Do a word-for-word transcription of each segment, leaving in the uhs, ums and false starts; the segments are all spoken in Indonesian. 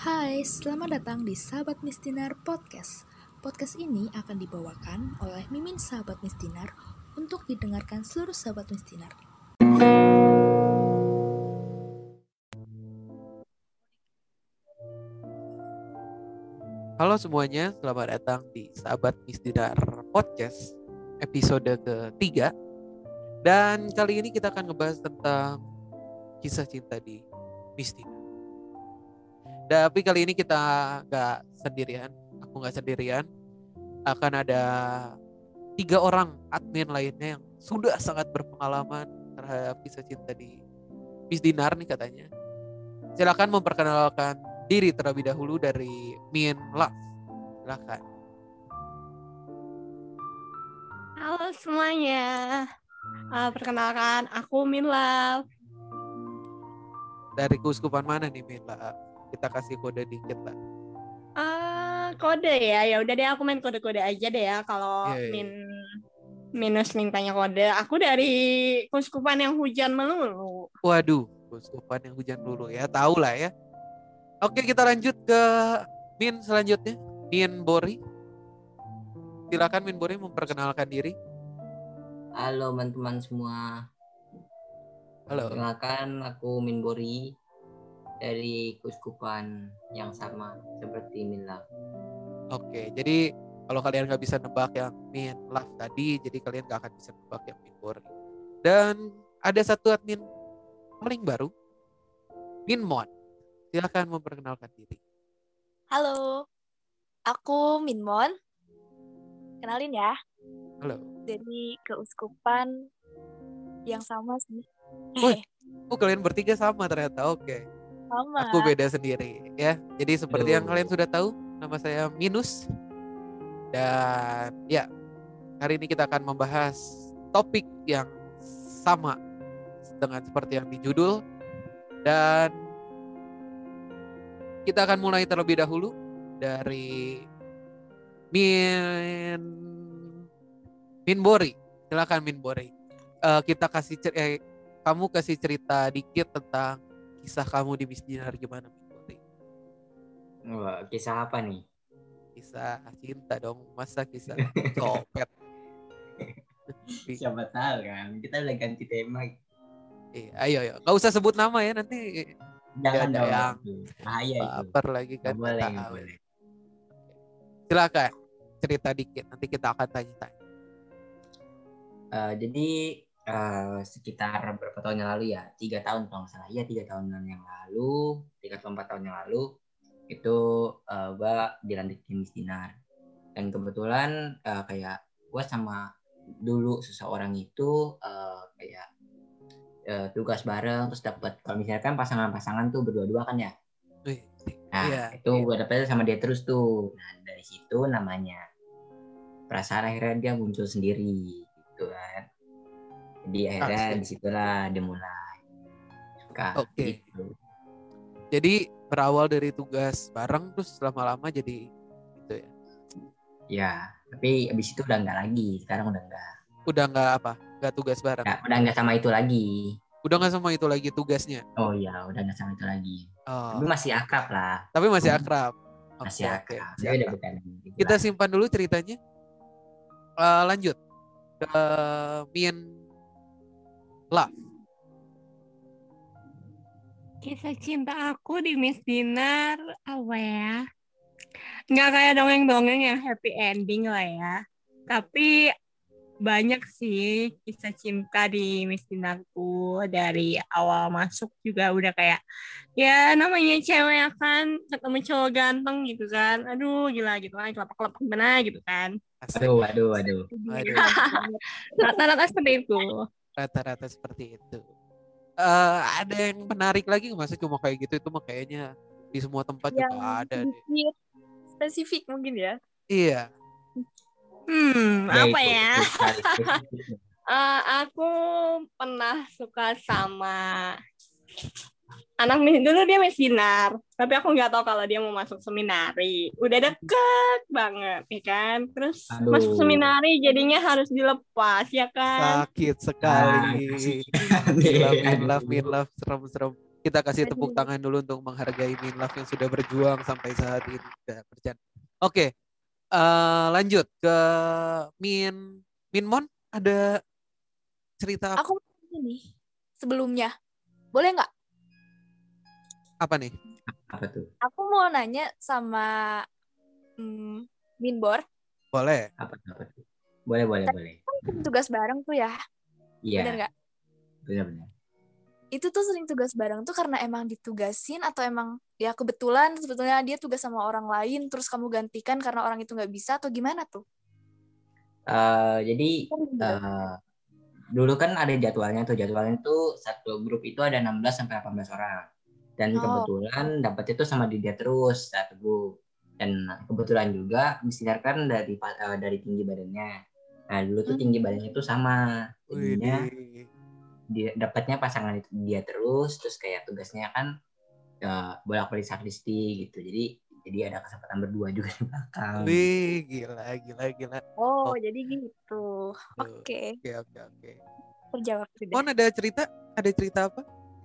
Hai, selamat datang di Sahabat Mistinar Podcast. Podcast ini akan dibawakan oleh Mimin Sahabat Mistinar untuk didengarkan seluruh Sahabat Mistinar. Halo semuanya, selamat datang di Sahabat Mistinar Podcast episode ketiga. Dan kali ini kita akan ngebahas tentang kisah cinta di Mistinar. Tapi kali ini kita gak sendirian, aku gak sendirian. Akan ada tiga orang admin lainnya yang sudah sangat berpengalaman terhadap kisah cinta di Mistinar nih katanya. Silakan memperkenalkan diri terlebih dahulu dari Min Love. Silakan. Halo semuanya, uh, perkenalkan aku Min Love. Dari keuskupan mana nih Min Love? Kita kasih kode dikit lah. Uh, kode ya, ya udah deh aku main kode-kode aja deh ya. Kalau Yeah, yeah. Min minus mintanya kode, aku dari keuskupan yang hujan melulu. Waduh, keuskupan yang hujan dulu ya, tahu lah ya. Oke, kita lanjut ke Min selanjutnya, Min Bori. Silakan Min Bori memperkenalkan diri. Halo teman-teman semua. Halo. Perkenalkan aku Min Bori dari keuskupan yang sama seperti Min Love. Oke, jadi kalau kalian nggak bisa nebak yang Min Love tadi, jadi kalian nggak akan bisa nebak yang Min Bori. Dan ada satu admin paling baru, Min Mon. Silakan memperkenalkan diri. Halo, aku Minmon. Kenalin ya, Halo. dari keuskupan yang sama sih. Wih, oh kalian bertiga sama ternyata. Oke. Sama. Aku beda sendiri ya. Jadi seperti Halo. yang kalian sudah tahu, nama saya Minus. Dan ya, hari ini kita akan membahas topik yang sama dengan seperti yang di judul. Dan kita akan mulai terlebih dahulu dari Min Min Bori. Silakan Min Bori. Uh, kita kasih cer- eh, kamu kasih cerita dikit tentang kisah kamu di Mistinar gimana Min Bori? Wah, kisah apa nih? Kisah cinta dong, masa kisah copet. Siapa tahu kan, kita udah ganti tema. Eh, ayo ayo, nggak usah sebut nama ya, nanti Jangan ada dong, yang itu. Bahaya itu. baper lagi kan. Nggak boleh, nggak nggak tahu. boleh. Silakan cerita dikit, nanti kita akan tanya-tanya. Uh, jadi uh, sekitar berapa tahun yang lalu ya? Tiga tahun kalau nggak salah. Iya tiga tahunan yang lalu, tiga atau empat tahun yang lalu itu uh, gue dilantik di Mistinar. Dan kebetulan uh, kayak gue sama dulu seseorang itu uh, kayak uh, tugas bareng terus dapat kalau misalkan pasangan-pasangan tuh berdua-dua kan ya. Wih, Nah iya, itu iya. gue dapetnya sama dia terus tuh. Nah dari situ namanya perasaan akhirnya dia muncul sendiri gitu kan. Jadi akhirnya Asik. disitulah dia mulai suka. Oke. Gitu. Jadi berawal dari tugas bareng terus lama-lama jadi gitu ya. Ya tapi abis itu udah enggak lagi. Sekarang udah enggak. Udah nggak apa? Nggak tugas bareng. Ya, udah enggak sama itu lagi. Udah nggak sama itu lagi tugasnya. Oh iya udah enggak sama itu lagi. Oh, Tapi masih akrab lah. tapi masih akrab. Oke, Masih oke, akrab. masih Tapi udah akrab. bukan gitu Kita lah. simpan dulu ceritanya. Eh, lanjut ke Min Love. Kisah cinta aku di Miss Dinar apa ya? Nggak kayak dongeng-dongeng yang happy ending lah ya. Tapi banyak sih kisah cinta di Miss Dinarku. Dari awal masuk juga udah kayak ya namanya cewek kan ketemu cowok ganteng gitu kan. Aduh gila gitu kan, kelepak-kelepak gimana gitu kan. Asik. Aduh aduh aduh. Aduh. Rata-rata seperti itu. Rata-rata seperti itu. Eh, ada yang menarik lagi nggak? Masa cuma kayak gitu? Itu mah kayaknya di semua tempat Yang juga ada deh. sedikit spesifik mungkin ya. Iya. Hmm, Ya, apa itu, ya? itu sekali spesifik. Uh, aku pernah suka sama anak mis dulu dia mesinar, tapi aku nggak tahu kalau dia mau masuk seminari. Udah deket banget, ya kan? Terus Aduh. masuk seminari jadinya harus dilepas, ya kan? Sakit Ah, sekali. kasihan. Gila, Min Aduh. Love, Min Love, serem-serem. Kita kasih tepuk Aduh. tangan dulu untuk menghargai Minlove yang sudah berjuang sampai saat ini. Udah berjalan. Oke, eh, lanjut ke Min Minmon. Ada cerita apa, Aku ini sebelumnya. Boleh nggak? apa nih? Apa tuh? Aku mau nanya sama hmm, Minbor. Boleh. Apa tuh? Apa tuh? Boleh, boleh, boleh. Kan tugas bareng tuh ya. Bener Iya, nggak? benar-benar. Itu tuh sering tugas bareng tuh karena emang ditugasin atau emang ya kebetulan sebetulnya dia tugas sama orang lain terus kamu gantikan karena orang itu nggak bisa atau gimana tuh? Eh, jadi Kan bener. eh, dulu kan ada jadwalnya tuh. Jadwalnya tuh satu grup itu ada enam belas sampai delapan belas orang. Dan Oh. kebetulan dapat itu sama dia terus satu grup. Dan kebetulan juga disiarkan dari eh, dari tinggi badannya. Nah, dulu tuh Hmm. tinggi badannya tuh sama. Jadinya Widih. dia dapatnya pasangan itu dia terus, terus kayak tugasnya kan eh, bolak-balik sakristi gitu. Jadi jadi ada kesempatan berdua juga di belakang. Wih, gila, gila, gila. Oh, Oh. jadi gitu. Tuh. Oke, Oke, oke, oke. terjawab sudah. Mon ada cerita? Ada cerita apa?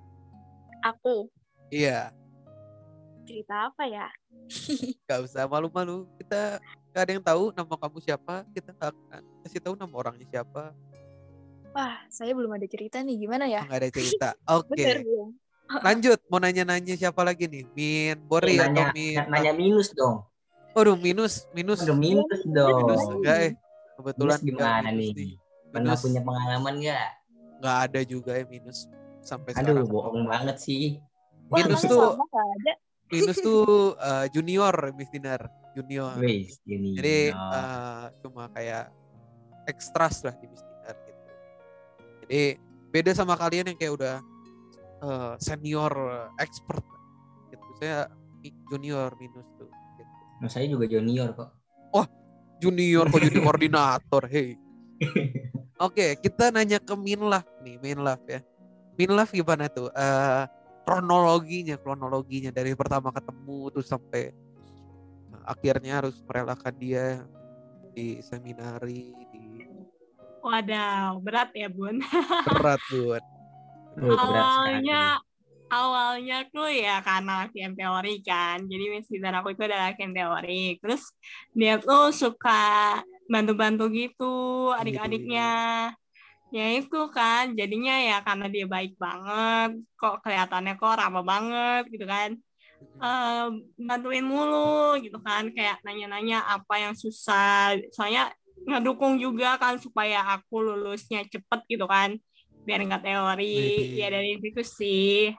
Aku Iya, cerita apa ya? gak usah malu-malu. Kita gak ada yang tahu nama kamu siapa. Kita gak akan kasih tahu nama orangnya siapa. Wah, saya belum ada cerita nih. Gimana Oh, ya? gak ada cerita. Oke, Bener belum? lanjut. Mau nanya-nanya siapa lagi nih? Min Bori Eh, atau nanya Min? nanya minus dong. Waduh, minus, minus, Udah minus dong. minus Gimana enggak nih? eh. Kebetulan Minus enggak gimana minus nih? nih. Pernah Minus punya pengalaman nggak? nggak ada juga ya minus sampai Aduh, sekarang. bohong banget sih. Wah, Minus masa tuh sama nggak ada? minus tuh eh, junior Miss Dinar, junior. Wis, ini. Jadi no. eh, cuma kayak ekstras lah di Miss Dinar gitu. Jadi beda sama kalian yang kayak udah eh, senior expert gitu. Saya mi- junior minus tuh. Gitu. Nah, saya juga junior kok. Junior kok jadi koordinator, hey. Oke, kita nanya ke Minlove nih, Minlove ya. Minlove gimana tuh? Eh, kronologinya, kronologinya dari pertama ketemu tuh sampai eh, akhirnya harus merelakan dia di seminari, di Wadaw, berat ya Bun. berat buat. Aduh, berat sekali. Awalnya awalnya tuh ya karena latihan teori kan. Jadi Miss Dinar aku itu ada latihan teori. Terus dia tuh suka bantu-bantu gitu adik-adiknya. Ya itu kan, jadinya ya karena dia baik banget, kok kelihatannya kok ramah banget gitu kan. Eh, bantuin mulu gitu kan, kayak nanya-nanya apa yang susah. Soalnya ngedukung juga kan supaya aku lulusnya cepet gitu kan, biar nggak teori. Widih. Ya dari situ sih.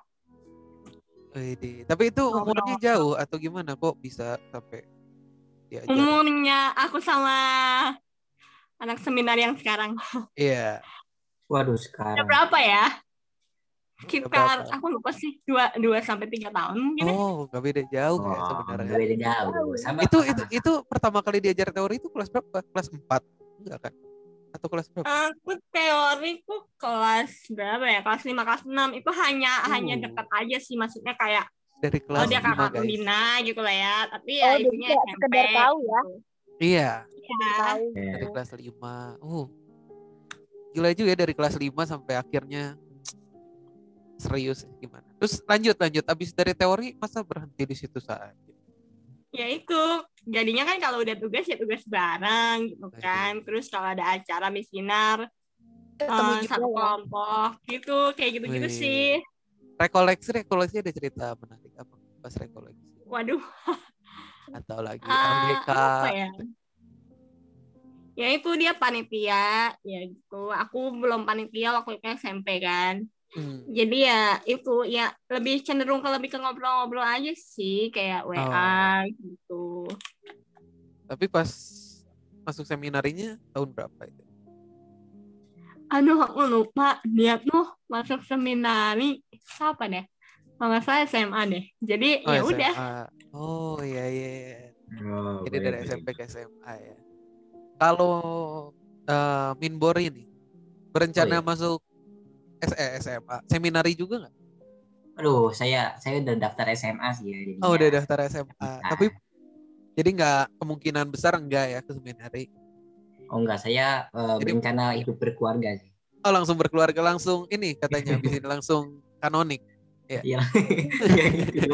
Widih. Tapi itu umurnya Ngobrol. jauh atau gimana kok bisa sampai diajar? Umurnya aku sama anak seminar yang sekarang. Iya. Waduh, Ada sekarang. berapa ya? berapa? Sekitar, aku lupa sih, dua, dua sampai tiga tahun mungkin ya. Oh, nggak beda jauh ya Oh, sebenarnya. beda jauh. Sama Itu itu itu pertama kali diajar teori itu kelas berapa? Kelas empat? Enggak kan? Atau kelas berapa? Aku teori tuh kelas berapa ya? Kelas lima, kelas enam. Itu hanya Uh. hanya dekat aja sih. Maksudnya kayak, Dari oh kelas dia lima, kakak guys. Lina gitu lah ya. Tapi Oh, ya jadi isinya kayak S M P. sekedar tahu ya. gitu. Iya, Sekedar Ya. tahu. dari kelas lima. Uh. Gila juga ya dari kelas lima sampai akhirnya serius gimana. Terus lanjut lanjut abis dari teori masa berhenti di situ saja. Ya itu, jadinya kan kalau udah tugas ya tugas bareng gitu kan. Terus kalau ada acara Miss Dinar, Ketemu eh, juga satu ya. kelompok gitu, kayak gitu-gitu Wih. sih. Rekoleksi rekoleksi ada cerita menarik apa pas rekoleksi Waduh, atau lagi ah, L D K? apa ya? Ya itu dia panitia, ya gitu. Aku belum panitia waktu itu S M P kan. Hmm. Jadi ya itu ya lebih cenderung ke lebih ke ngobrol-ngobrol aja sih, kayak W A gitu. Tapi pas masuk seminarinya tahun berapa itu? Aduh, aku lupa dia tuh masuk seminari kapan ya? Kalau nggak salah S M A deh. Jadi Oh, ya S M A. udah. Oh iya iya. iya. Oh, Jadi boleh, dari boleh. S M P ke S M A ya. Kalau eh, Minbori nih berencana Oh, iya. masuk S E S M A, seminari juga nggak? Aduh, saya saya udah daftar S M A sih ya jadinya. Oh udah daftar S M A, Nah, tapi jadi nggak kemungkinan besar enggak ya ke seminari? oh enggak, saya eh, Jadi- berencana hidup berkeluarga sih. Oh langsung berkeluarga langsung ini katanya habis ini langsung kanonik. Iya. Iya. Ya gitu.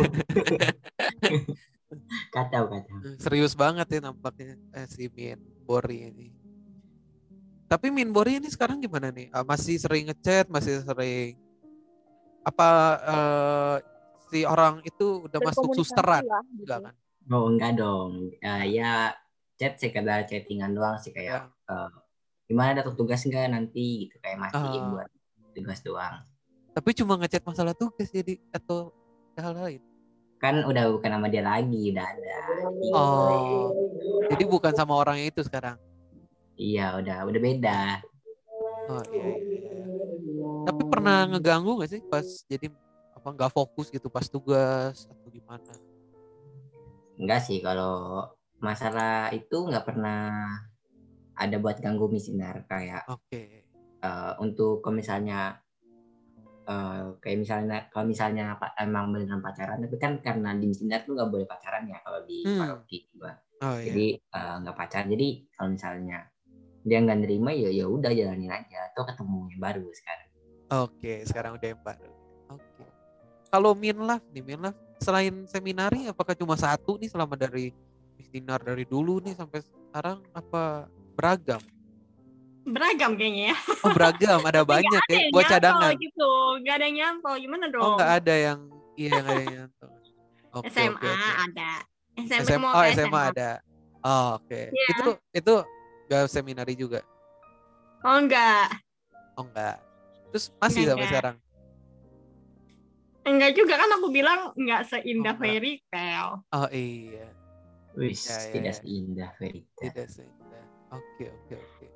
Kacau kacau. Serius banget ya nampaknya eh, si Min Bori ini. Tapi Min Bori ini sekarang gimana nih? Ah, masih sering ngechat, masih sering apa eh, si orang itu udah masuk Berkomunikasi susteran? lah gitu. Enggak kan? Oh enggak dong. Uh, ya chat sekedar chattingan doang sih kayak Ya. uh, gimana dapat tugas enggak nanti gitu kayak mastiin Ah. buat tugas doang. Tapi cuma ngechat masalah tugas jadi atau hal lain? Kan udah bukan sama dia lagi, udah ada. Jadi, Oh. Jadi bukan sama orang itu sekarang. iya udah udah beda. Oh iya iya. iya. Tapi pernah ngeganggu nggak sih pas jadi apa nggak fokus gitu pas tugas atau gimana? Enggak sih kalau masalah itu nggak pernah ada buat ganggu misinar kayak Oke. uh, untuk kalau misalnya uh, kayak misalnya kalau misalnya apa emang beneran pacaran tapi kan karena di misinar tuh nggak boleh pacaran ya kalau di Hmm. paroki gua. Oh iya. Jadi uh, nggak pacaran. Jadi kalau misalnya dia nggak nerima ya ya udah jalanin aja atau ketemu yang baru sekarang. Oke, sekarang udah yang baru. Oke. Kalau Minlaf nih, Minlaf selain seminari apakah cuma satu nih selama dari Mistinar dari dulu nih sampai sekarang apa beragam? Beragam kayaknya ya. Oh beragam, ada banyak Nggak ada ya yang buat nyantol cadangan. gitu. Nggak ada yang nyantol. Gimana dong? Oh nggak ada yang iya nggak ada yang nyantol. Oke, S M A oke, oke. ada. S M P S M A, mau oh ke S M A ada. Oh, oke. Iya. Itu itu nggak seminari juga. Oh enggak. Oh enggak. Terus masih Enggak, sampai enggak. sekarang. Enggak juga kan aku bilang enggak seindah Oh, enggak. fairy tale. Oh iya. Wis Ya, ya, tidak ya. seindah Verita. Tidak seindah. Oke, oke, oke.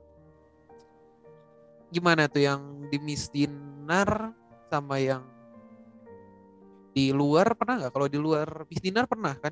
Gimana tuh yang di Miss Dinar sama yang di luar pernah nggak? Kalau di luar Miss Dinar pernah kan?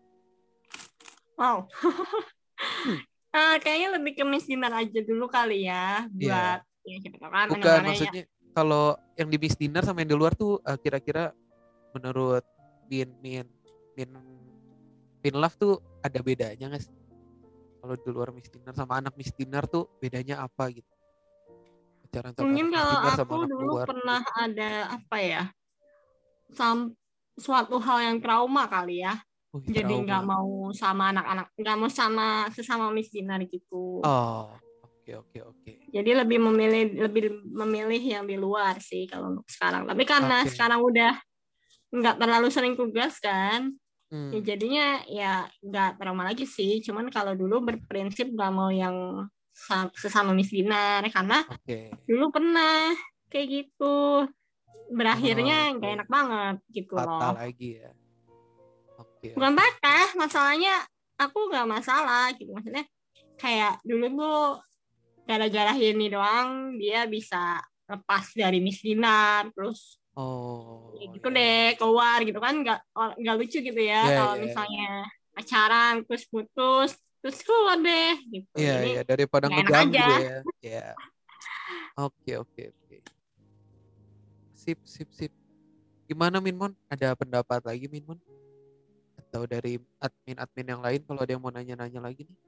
Wow. Hmm. Ah, kayaknya lebih ke Miss Dinar aja dulu kali ya buat Iya. ya siapa tahu kan Bukan pendengarnya ya. maksudnya kalau yang di Miss Dinar sama yang di luar tuh eh, kira-kira menurut Min Min Min Min Love tuh ada bedanya nggak sih? Kalau di luar Miss Dinar sama anak Miss Dinar tuh bedanya apa gitu? Pacaran sama Mungkin anak Miss kalau Dinar sama aku anak dulu luar. pernah ada apa ya? Sam suatu hal yang trauma kali ya. Oh, Jadi trauma. nggak mau sama anak-anak, nggak mau sama sesama Miss Dinar gitu. Oh, oke oke oke. Jadi lebih memilih lebih memilih yang di luar sih kalau untuk sekarang. Tapi karena Oke. sekarang udah nggak terlalu sering tugas kan, Hmm. ya jadinya ya nggak trauma lagi sih. Cuman kalau dulu berprinsip nggak mau yang sa- sesama Miss Dinar karena Oke. dulu pernah kayak gitu. Berakhirnya Oh, nggak oke. enak banget gitu Fatal loh. lagi ya. Oke. Bukan oke. patah, masalahnya aku nggak masalah gitu. Maksudnya kayak dulu tuh gara-gara ini doang dia bisa lepas dari Miss Dinar terus Oh. ya gitu iya. deh keluar gitu kan nggak nggak lucu gitu ya Iya, kalau iya, misalnya pacaran terus putus terus keluar deh gitu. Iya, Jadi iya, daripada nggak enak ngeganggu aja. ya. Iya. Oke, oke, oke. Sip, sip, sip. Gimana Minmon? Ada pendapat lagi Minmon? Atau dari admin-admin yang lain kalau ada yang mau nanya-nanya lagi nih?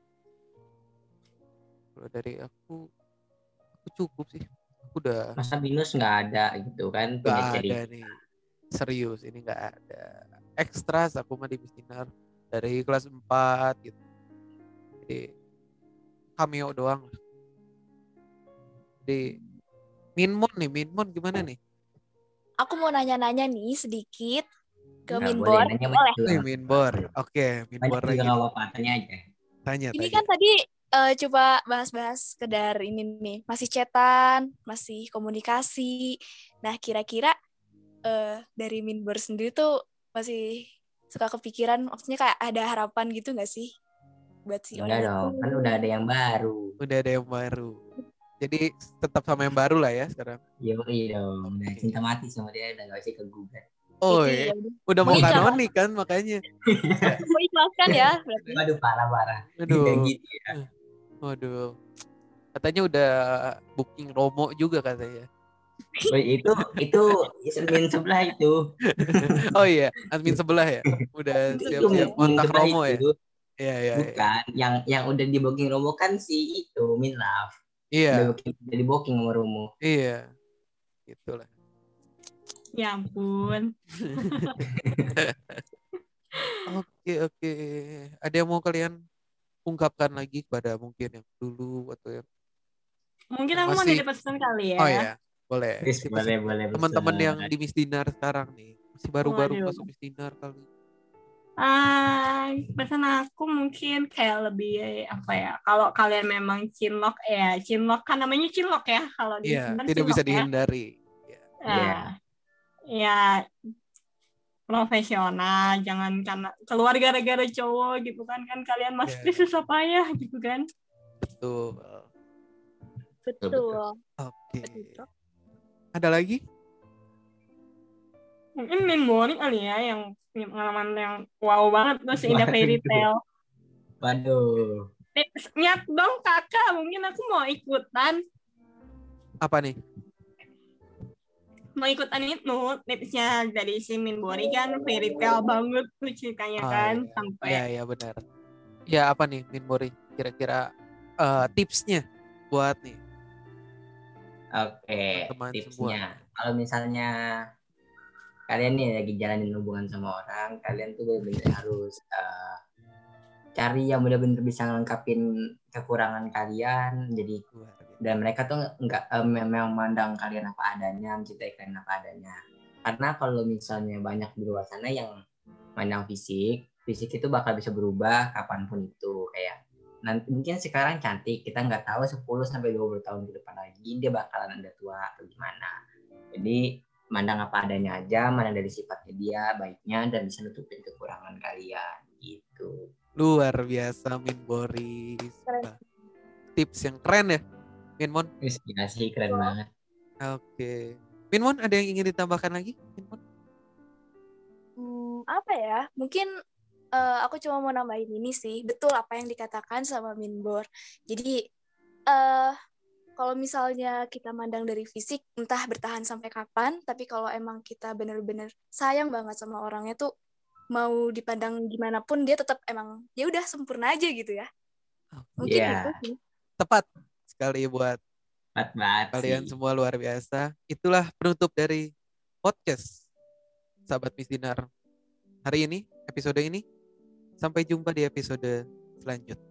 Kalau dari aku, aku cukup sih. Aku udah Masa Binus nggak ada gitu kan nggak punya ada cerita. nih. Serius, ini nggak ada. Ekstras aku mah di Miss Dinar dari kelas empat gitu. Jadi cameo doang. Jadi Minmon nih, Minmon gimana nih? Aku mau nanya-nanya nih sedikit ke Nggak Minbor. boleh nanya Boleh. juga. Wih, Minbor. Oke, Minbor Banyak juga lagi. nggak nih. apa-apa tanya aja. Tanya, Ini tanya. kan tadi eh, coba bahas-bahas sekedar ini nih, masih chatan, masih komunikasi. Nah, kira-kira eh, dari Minbor sendiri tuh masih suka kepikiran, maksudnya kayak ada harapan gitu nggak sih buat si Enggak Oliver? dong, kan udah ada yang baru. Udah ada yang baru. Jadi tetap sama yang baru lah ya sekarang. Yo iya dong, udah cinta mati sama dia udah gak usah kegugat. Oh, Itu iya. ya udah. Udah mau Mau ikhlas. kanonik kan makanya. Mau ikhlaskan ya berarti. Waduh parah-parah. Aduh. Kayak gitu ya. Waduh. Katanya udah booking Romo juga katanya. Oh, itu itu admin sebelah itu. Oh iya, admin sebelah ya. Udah Itu siap-siap admin kontak sebelah Romo ya. itu. Iya, iya, iya. Bukan, yang yang udah di booking Romo kan si itu Min Love. Udah Iya, booking, udah di booking sama Romo. iya. Gitulah. Ya ampun. Oke, oke. Ada yang mau kalian ungkapkan lagi kepada mungkin yang dulu atau yang Mungkin yang aku mau masih nitip pesan kali oh ya. ya, boleh. Yes, Titip pesan boleh, buat boleh teman-teman yang pesan. di Miss Dinar sekarang nih. Masih baru-baru Waduh. masuk Miss Dinar kali. Ah, pesan aku mungkin kayak lebih apa ya? Kalau kalian memang cinlok ya, cinlok kan namanya cinlok ya. Kalau di Iya, Miss tidak bisa cinlok ya. dihindari. Iya. Iya. Ah, ya profesional, jangan karena keluar gara-gara cowok gitu kan, kan kalian Iya, pasti susah payah gitu kan. betul. Betul. Betul. Oke. Betul. Ada lagi? Mungkin memori kali ya yang punya pengalaman yang wow banget tuh seindah fairy tale. Waduh. Niat dong kakak, mungkin aku mau ikutan. Apa nih? Mau ikutan itu tipsnya dari si Minbori kan fairy tale banget tuh ceritanya Oh, kan. iya. Sampai Iya, iya benar. Ya apa nih Minmori? Kira-kira eh, tipsnya buat nih Oke, teman-teman semua. tipsnya. Kalau misalnya kalian nih lagi jalanin hubungan sama orang, kalian tuh benar-benar harus eh, cari yang benar-benar bisa ngelengkapin kekurangan kalian. Jadi Luar biasa. dan mereka tuh nggak eh, memang memandang kalian apa adanya, mencintai kalian apa adanya. Karena kalau misalnya banyak di luar sana yang mandang fisik, fisik itu bakal bisa berubah kapanpun itu. Kayak nanti mungkin sekarang cantik, kita nggak tahu sepuluh sampai dua puluh tahun ke depan lagi dia bakalan ada tua atau gimana. Jadi mandang apa adanya aja, mandang dari sifatnya dia, baiknya, dan bisa nutupin kekurangan kalian gitu. Luar biasa Minmori. Keren. Wah, tips yang keren ya Minmon. Wih, gila sih, keren banget. Oke. Minmon ada yang ingin ditambahkan lagi? Minmon? Hmm, apa ya? Mungkin eh, aku cuma mau nambahin ini sih. Betul apa yang dikatakan sama Minbor. Jadi eh kalau misalnya kita mandang dari fisik, entah bertahan sampai kapan, tapi kalau emang kita bener-bener sayang banget sama orangnya tuh, mau dipandang gimana pun dia tetap emang ya udah sempurna aja gitu ya. Mungkin Iya. itu sih. Tepat sekali buat Cepat banget kalian sih. semua, luar biasa. Itulah penutup dari podcast Sahabat Miss Dinar hari ini, episode ini. Sampai jumpa di episode selanjutnya.